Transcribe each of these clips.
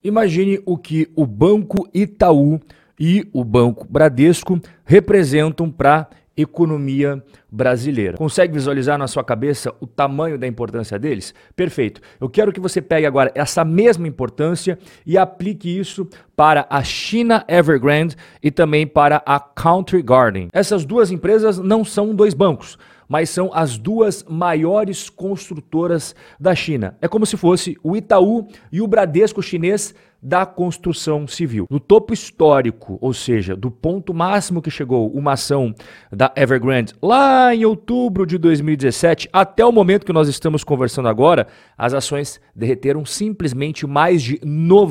Imagine o que o Banco Itaú e o Banco Bradesco representam para a economia brasileira. Consegue visualizar na sua cabeça o tamanho da importância deles? Perfeito. Eu quero que você pegue agora essa mesma importância e aplique isso para a China Evergrande e também para a Country Garden. Essas duas empresas não são dois bancos, mas são as duas maiores construtoras da China. É como se fosse o Itaú e o Bradesco chinês da construção civil. No topo histórico, ou seja, do ponto máximo que chegou uma ação da Evergrande lá em outubro de 2017, até o momento que nós estamos conversando agora, as ações derreteram simplesmente mais de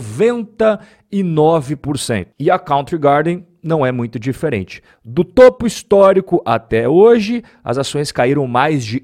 99%. E a Country Garden não é muito diferente. Do topo histórico até hoje, as ações caíram mais de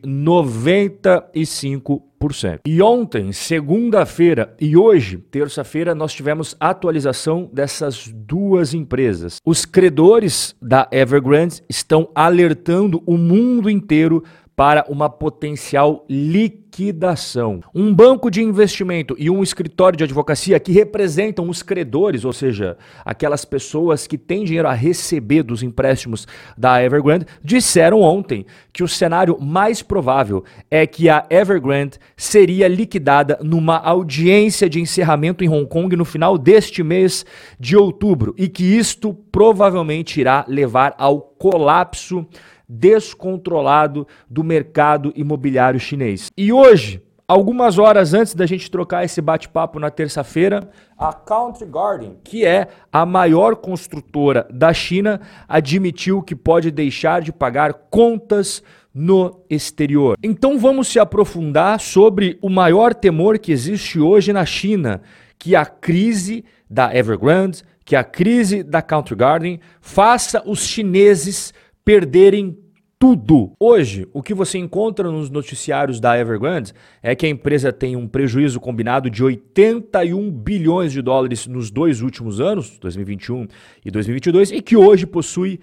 95%. E ontem, segunda-feira, e hoje, terça-feira, nós tivemos atualização dessas duas empresas. Os credores da Evergrande estão alertando o mundo inteiro para uma potencial liquidação. Um banco de investimento e um escritório de advocacia que representam os credores, ou seja, aquelas pessoas que têm dinheiro a receber dos empréstimos da Evergrande, disseram ontem que o cenário mais provável é que a Evergrande seria liquidada numa audiência de encerramento em Hong Kong no final deste mês de outubro e que isto provavelmente irá levar ao colapso descontrolado do mercado imobiliário chinês. E hoje, algumas horas antes da gente trocar esse bate-papo na terça-feira, a Country Garden, que é a maior construtora da China, admitiu que pode deixar de pagar contas no exterior. Então vamos se aprofundar sobre o maior temor que existe hoje na China, que a crise da Evergrande, que a crise da Country Garden faça os chineses perderem tudo. Hoje, o que você encontra nos noticiários da Evergrande é que a empresa tem um prejuízo combinado de 81 bilhões de dólares nos dois últimos anos, 2021 e 2022, e que hoje possui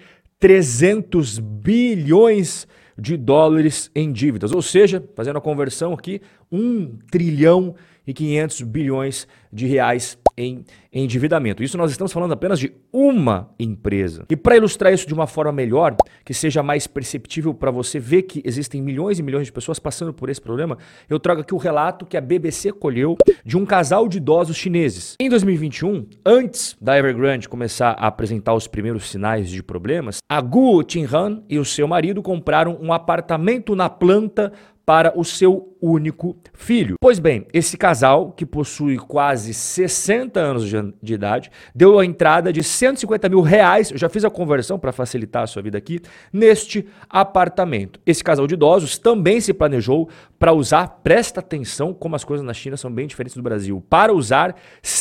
300 bilhões de dólares em dívidas. Ou seja, fazendo a conversão aqui, 1 trilhão e 500 bilhões de reais em endividamento. Isso nós estamos falando apenas de uma empresa. E para ilustrar isso de uma forma melhor, que seja mais perceptível para você ver que existem milhões e milhões de pessoas passando por esse problema, eu trago aqui o relato que a BBC colheu de um casal de idosos chineses. Em 2021, antes da Evergrande começar a apresentar os primeiros sinais de problemas, a Gu Qinhan e o seu marido compraram um apartamento na planta para o seu único filho. Pois bem, esse casal, que possui quase 60 anos de idade, deu a entrada de 150 mil reais, eu já fiz a conversão para facilitar a sua vida aqui, neste apartamento. Esse casal de idosos também se planejou para usar, presta atenção como as coisas na China são bem diferentes do Brasil, para usar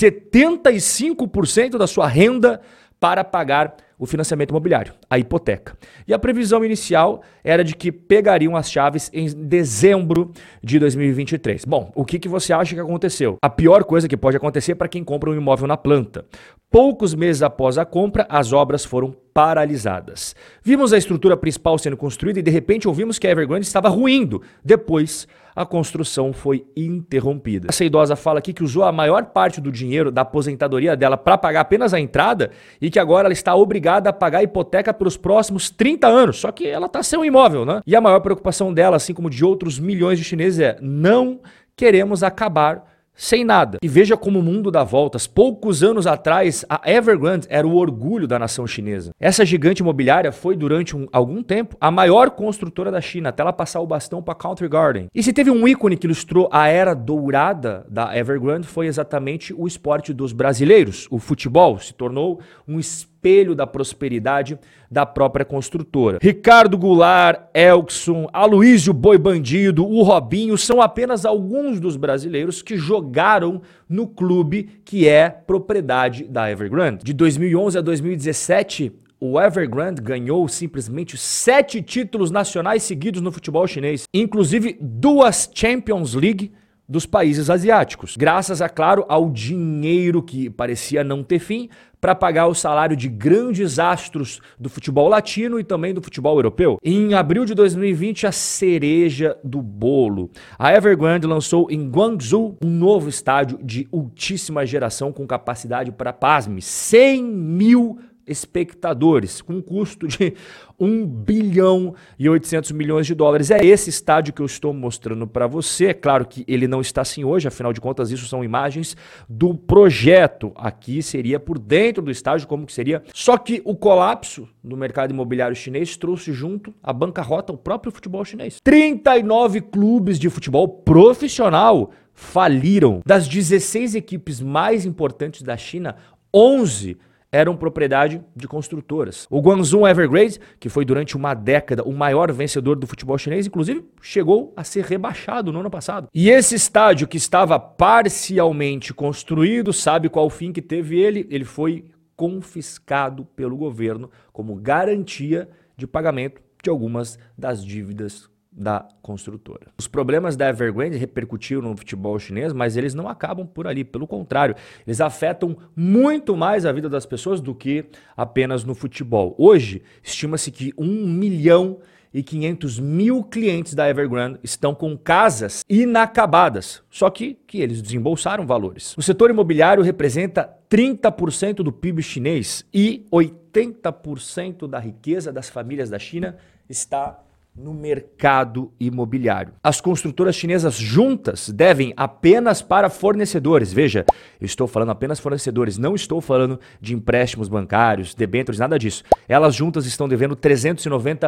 75% da sua renda para pagar o financiamento imobiliário, a hipoteca. E a previsão inicial era de que pegariam as chaves em dezembro de 2023. Bom, o que você acha que aconteceu? A pior coisa que pode acontecer para quem compra um imóvel na planta. Poucos meses após a compra, as obras foram paralisadas. Vimos a estrutura principal sendo construída e de repente ouvimos que a Evergrande estava ruindo. Depois, a construção foi interrompida. Essa idosa fala aqui que usou a maior parte do dinheiro da aposentadoria dela para pagar apenas a entrada e que agora ela está obrigada a pagar a hipoteca pelos próximos 30 anos. Só que ela está sem um imóvel, né? E a maior preocupação dela, assim como de outros milhões de chineses, é: não queremos acabar sem nada. E veja como o mundo dá voltas. Poucos anos atrás, a Evergrande era o orgulho da nação chinesa. Essa gigante imobiliária foi, durante algum tempo, a maior construtora da China, até ela passar o bastão para a Country Garden. E se teve um ícone que ilustrou a era dourada da Evergrande, foi exatamente o esporte dos brasileiros. O futebol se tornou um espelho da prosperidade da própria construtora. Ricardo Goulart, Elkson, Aloysio Boi Bandido, o Robinho são apenas alguns dos brasileiros que jogaram no clube que é propriedade da Evergrande. De 2011 a 2017, o Evergrande ganhou simplesmente 7 títulos nacionais seguidos no futebol chinês, inclusive 2 Champions League, dos países asiáticos, graças, é claro, ao dinheiro que parecia não ter fim para pagar o salário de grandes astros do futebol latino e também do futebol europeu. Em abril de 2020, a cereja do bolo. A Evergrande lançou em Guangzhou um novo estádio de ultíssima geração com capacidade para, pasme, 100 mil espectadores, com um custo de 1 bilhão e 800 milhões de dólares. É esse estádio que eu estou mostrando para você. É claro que ele não está assim hoje, afinal de contas isso são imagens do projeto. Aqui seria por dentro do estádio, como que seria. Só que o colapso do mercado imobiliário chinês trouxe junto a bancarrota, o próprio futebol chinês. 39 clubes de futebol profissional faliram. Das 16 equipes mais importantes da China, 11 eram propriedade de construtoras. O Guangzhou Evergrande, que foi durante uma década o maior vencedor do futebol chinês, inclusive chegou a ser rebaixado no ano passado. E esse estádio que estava parcialmente construído, sabe qual fim que teve ele? Ele foi confiscado pelo governo como garantia de pagamento de algumas das dívidas da construtora. Os problemas da Evergrande repercutiram no futebol chinês, mas eles não acabam por ali. Pelo contrário, eles afetam muito mais a vida das pessoas do que apenas no futebol. Hoje, estima-se que 1.500.000 clientes da Evergrande estão com casas inacabadas, só que eles desembolsaram valores. O setor imobiliário representa 30% do PIB chinês e 80% da riqueza das famílias da China está no mercado imobiliário. As construtoras chinesas juntas devem apenas para fornecedores. Veja, eu estou falando apenas fornecedores, não estou falando de empréstimos bancários, debêntures, nada disso. Elas juntas estão devendo 390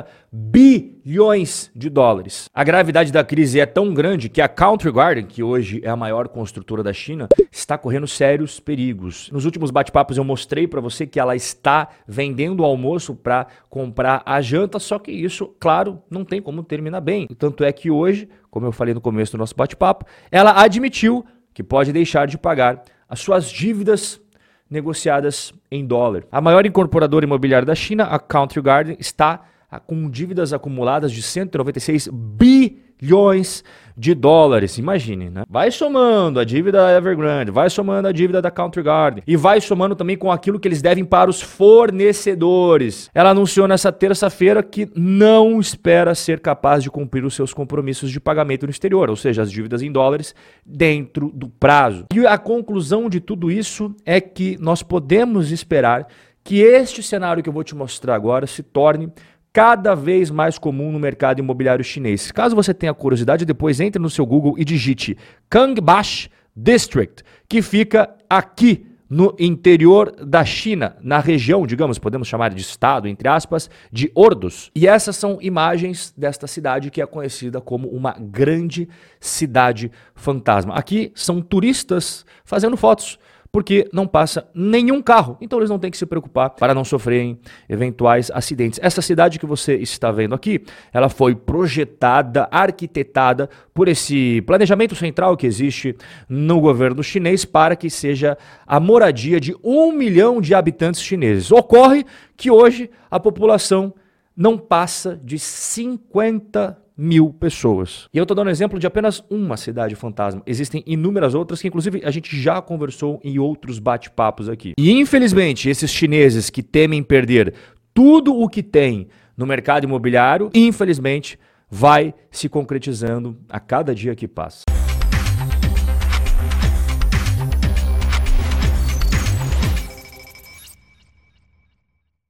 bilhões de dólares. A gravidade da crise é tão grande que a Country Garden, que hoje é a maior construtora da China, está correndo sérios perigos. Nos últimos bate-papos eu mostrei para você que ela está vendendo o almoço para comprar a janta, só que isso, claro, não tem como terminar bem. Tanto é que hoje, como eu falei no começo do nosso bate-papo, ela admitiu que pode deixar de pagar as suas dívidas negociadas em dólar. A maior incorporadora imobiliária da China, a Country Garden, está com dívidas acumuladas de 196 bilhões de dólares. Imagine, né? Vai somando a dívida da Evergrande, vai somando a dívida da Country Garden e vai somando também com aquilo que eles devem para os fornecedores. Ela anunciou nessa terça-feira que não espera ser capaz de cumprir os seus compromissos de pagamento no exterior, ou seja, as dívidas em dólares dentro do prazo. E a conclusão de tudo isso é que nós podemos esperar que este cenário que eu vou te mostrar agora se torne cada vez mais comum no mercado imobiliário chinês. Caso você tenha curiosidade, depois entre no seu Google e digite Kangbash District, que fica aqui no interior da China, na região, digamos, podemos chamar de estado, entre aspas, de Ordos. E essas são imagens desta cidade que é conhecida como uma grande cidade fantasma. Aqui são turistas fazendo fotos, porque não passa nenhum carro, então eles não têm que se preocupar para não sofrerem eventuais acidentes. Essa cidade que você está vendo aqui, ela foi projetada, arquitetada por esse planejamento central que existe no governo chinês para que seja a moradia de 1 milhão de habitantes chineses. Ocorre que hoje a população não passa de 50 mil pessoas. E eu estou dando exemplo de apenas uma cidade fantasma. Existem inúmeras outras que, inclusive, a gente já conversou em outros bate-papos aqui. E, infelizmente, esses chineses que temem perder tudo o que tem no mercado imobiliário, infelizmente, vai se concretizando a cada dia que passa.